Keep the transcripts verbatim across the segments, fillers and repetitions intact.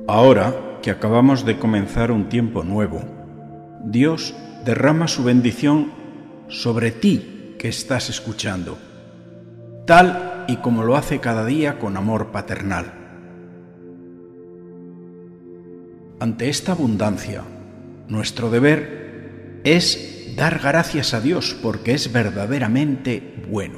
Ahora que acabamos de comenzar un tiempo nuevo, Dios derrama su bendición sobre ti que estás escuchando, tal y como lo hace cada día con amor paternal. Ante esta abundancia, nuestro deber es dar gracias a Dios porque es verdaderamente bueno.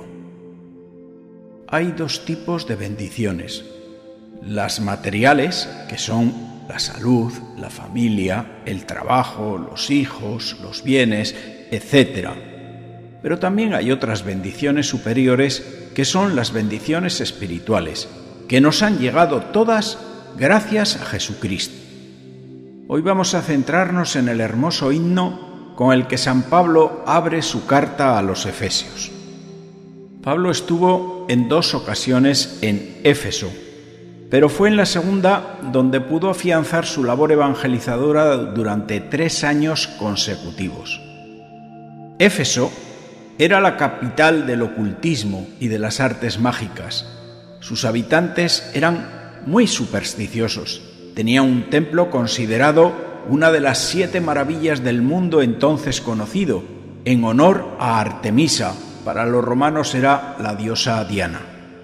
Hay dos tipos de bendiciones: las materiales, que son la salud, la familia, el trabajo, los hijos, los bienes, etcétera. Pero también hay otras bendiciones superiores que son las bendiciones espirituales, que nos han llegado todas gracias a Jesucristo. Hoy vamos a centrarnos en el hermoso himno con el que San Pablo abre su carta a los Efesios. Pablo estuvo en dos ocasiones en Éfeso, pero fue en la segunda donde pudo afianzar su labor evangelizadora durante tres años consecutivos. Éfeso era la capital del ocultismo y de las artes mágicas. Sus habitantes eran muy supersticiosos. Tenía un templo considerado una de las siete maravillas del mundo entonces conocido, en honor a Artemisa. Para los romanos era la diosa Diana.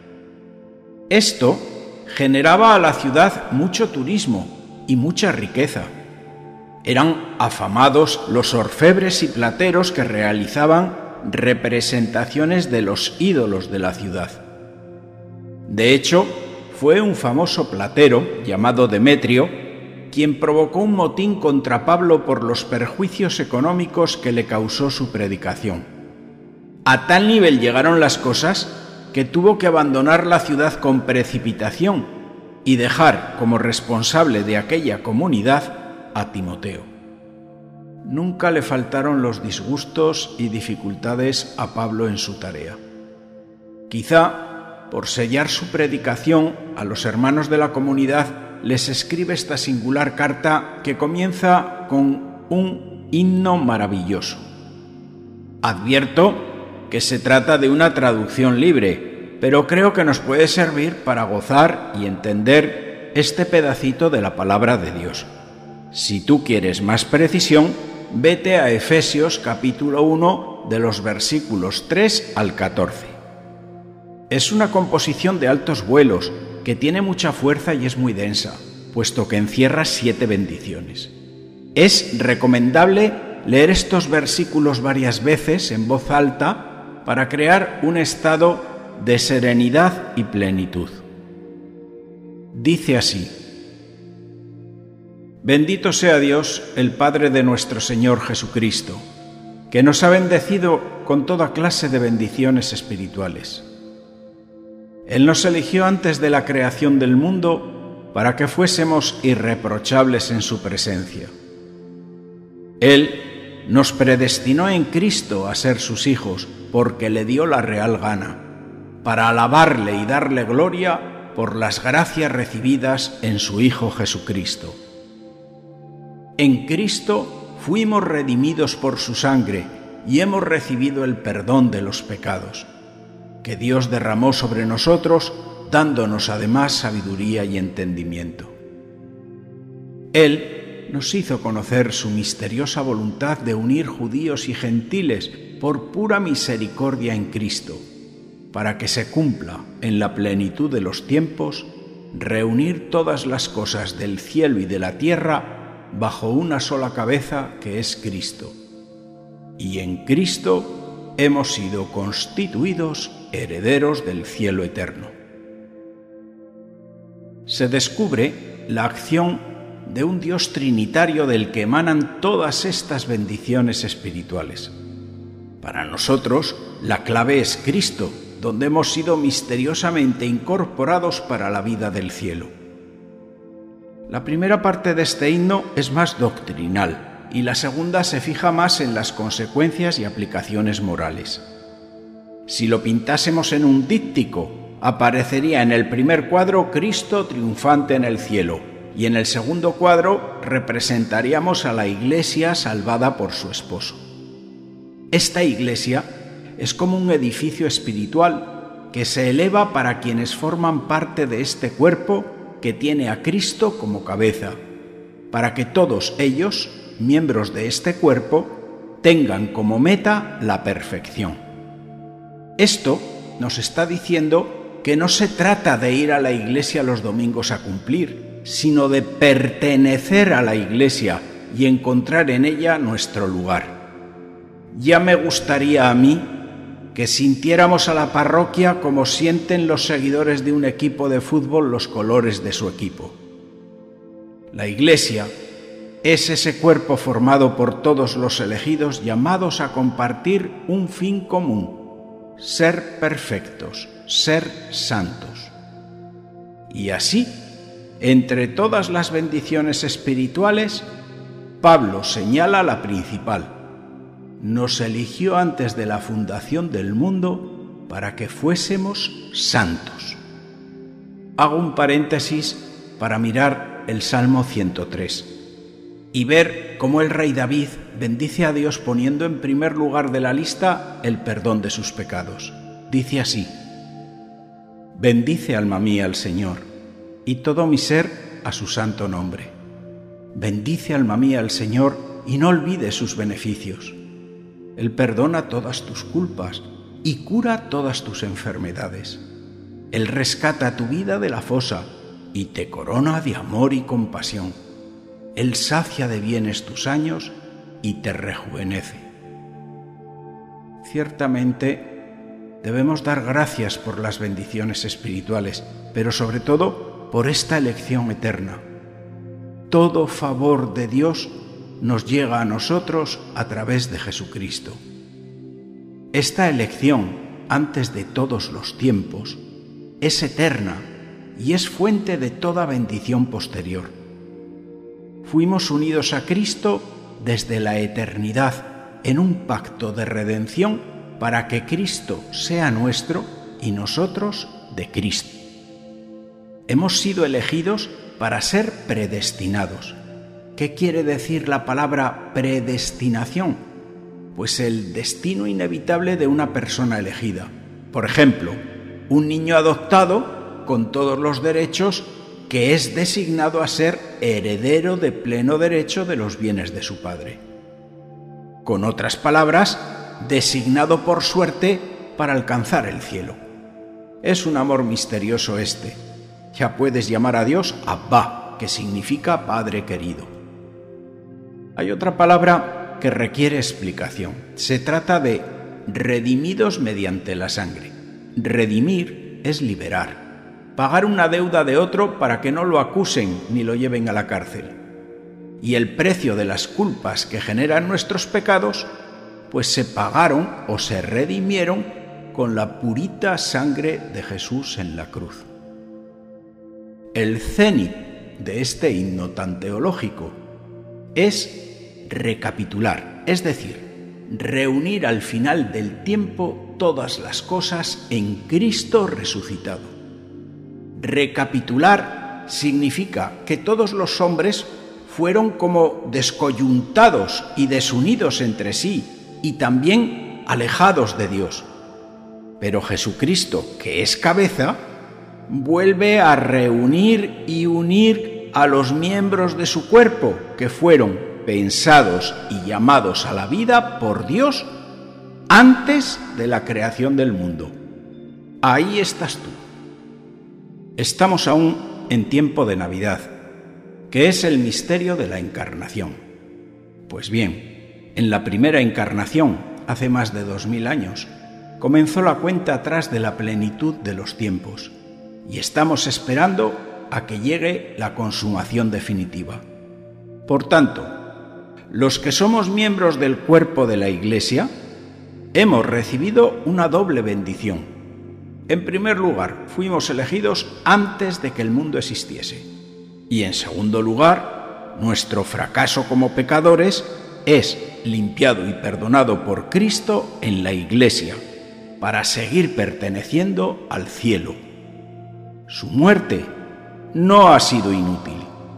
Esto generaba a la ciudad mucho turismo y mucha riqueza. Eran afamados los orfebres y plateros que realizaban representaciones de los ídolos de la ciudad. De hecho, fue un famoso platero llamado Demetrio quien provocó un motín contra Pablo por los perjuicios económicos que le causó su predicación. A tal nivel llegaron las cosas que tuvo que abandonar la ciudad con precipitación y dejar como responsable de aquella comunidad a Timoteo. Nunca le faltaron los disgustos y dificultades a Pablo en su tarea. Quizá, por sellar su predicación, a los hermanos de la comunidad les escribe esta singular carta que comienza con un himno maravilloso. Advierto que se trata de una traducción libre, pero creo que nos puede servir para gozar y entender este pedacito de la palabra de Dios. Si tú quieres más precisión, vete a Efesios capítulo uno de los versículos tres al catorce. Es una composición de altos vuelos que tiene mucha fuerza y es muy densa, puesto que encierra siete bendiciones. Es recomendable leer estos versículos varias veces en voz alta para crear un estado de serenidad y plenitud. Dice así: Bendito sea Dios, el Padre de nuestro Señor Jesucristo, que nos ha bendecido con toda clase de bendiciones espirituales. Él nos eligió antes de la creación del mundo para que fuésemos irreprochables en su presencia. Él nos predestinó en Cristo a ser sus hijos porque le dio la real gana, para alabarle y darle gloria por las gracias recibidas en su Hijo Jesucristo. En Cristo fuimos redimidos por su sangre y hemos recibido el perdón de los pecados, que Dios derramó sobre nosotros, dándonos además sabiduría y entendimiento. Él nos hizo conocer su misteriosa voluntad de unir judíos y gentiles por pura misericordia en Cristo, para que se cumpla en la plenitud de los tiempos, reunir todas las cosas del cielo y de la tierra bajo una sola cabeza que es Cristo. Y en Cristo hemos sido constituidos herederos del cielo eterno. Se descubre la acción de un Dios trinitario del que emanan todas estas bendiciones espirituales. Para nosotros, la clave es Cristo, donde hemos sido misteriosamente incorporados para la vida del cielo. La primera parte de este himno es más doctrinal y la segunda se fija más en las consecuencias y aplicaciones morales. Si lo pintásemos en un díptico, aparecería en el primer cuadro Cristo triunfante en el cielo, y en el segundo cuadro representaríamos a la Iglesia salvada por su esposo. Esta Iglesia es como un edificio espiritual que se eleva para quienes forman parte de este cuerpo que tiene a Cristo como cabeza, para que todos ellos, miembros de este cuerpo, tengan como meta la perfección. Esto nos está diciendo que no se trata de ir a la iglesia los domingos a cumplir, sino de pertenecer a la iglesia y encontrar en ella nuestro lugar. Ya me gustaría a mí que sintiéramos a la parroquia como sienten los seguidores de un equipo de fútbol los colores de su equipo. La iglesia es ese cuerpo formado por todos los elegidos llamados a compartir un fin común: ser perfectos, ser santos. Y así, entre todas las bendiciones espirituales, Pablo señala la principal: nos eligió antes de la fundación del mundo para que fuésemos santos. Hago un paréntesis para mirar el Salmo ciento tres y ver cómo el rey David bendice a Dios poniendo en primer lugar de la lista el perdón de sus pecados. Dice así: bendice alma mía al Señor, y todo mi ser a su santo nombre. Bendice alma mía al Señor y no olvides sus beneficios. Él perdona todas tus culpas y cura todas tus enfermedades. Él rescata tu vida de la fosa y te corona de amor y compasión. Él sacia de bienes tus años y te rejuvenece. Ciertamente, debemos dar gracias por las bendiciones espirituales, pero sobre todo por esta elección eterna. Todo favor de Dios nos llega a nosotros a través de Jesucristo. Esta elección, antes de todos los tiempos, es eterna y es fuente de toda bendición posterior. Fuimos unidos a Cristo desde la eternidad en un pacto de redención para que Cristo sea nuestro y nosotros de Cristo. Hemos sido elegidos para ser predestinados. ¿Qué quiere decir la palabra predestinación? Pues el destino inevitable de una persona elegida. Por ejemplo, un niño adoptado con todos los derechos que es designado a ser heredero de pleno derecho de los bienes de su padre. Con otras palabras, designado por suerte para alcanzar el cielo. Es un amor misterioso este. Ya puedes llamar a Dios Abba, que significa Padre querido. Hay otra palabra que requiere explicación. Se trata de redimidos mediante la sangre. Redimir es liberar. Pagar una deuda de otro para que no lo acusen ni lo lleven a la cárcel. Y el precio de las culpas que generan nuestros pecados, pues se pagaron o se redimieron con la purita sangre de Jesús en la cruz. El cenit de este himno tan teológico es recapitular, es decir, reunir al final del tiempo todas las cosas en Cristo resucitado. Recapitular significa que todos los hombres fueron como descoyuntados y desunidos entre sí y también alejados de Dios. Pero Jesucristo, que es cabeza, vuelve a reunir y unir a los miembros de su cuerpo que fueron pensados y llamados a la vida por Dios antes de la creación del mundo. Ahí estás tú. Estamos aún en tiempo de Navidad, que es el misterio de la encarnación. Pues bien, en la primera encarnación, hace más de dos mil años, comenzó la cuenta atrás de la plenitud de los tiempos, y estamos esperando a que llegue la consumación definitiva. Por tanto, los que somos miembros del cuerpo de la Iglesia, hemos recibido una doble bendición. En primer lugar, fuimos elegidos antes de que el mundo existiese. Y en segundo lugar, nuestro fracaso como pecadores es limpiado y perdonado por Cristo en la Iglesia, para seguir perteneciendo al cielo. Su muerte no ha sido inútil.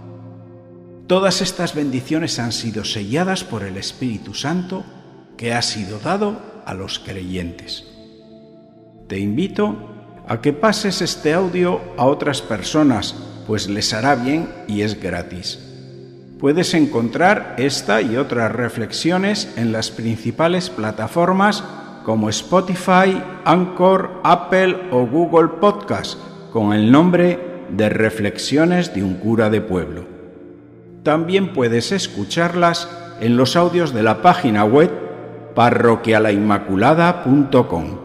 Todas estas bendiciones han sido selladas por el Espíritu Santo que ha sido dado a los creyentes. Te invito a que pases este audio a otras personas pues les hará bien y es gratis. Puedes encontrar esta y otras reflexiones en las principales plataformas como Spotify, Anchor, Apple o Google Podcast, con el nombre de Reflexiones de un cura de pueblo. También puedes escucharlas en los audios de la página web parroquialainmaculada punto com.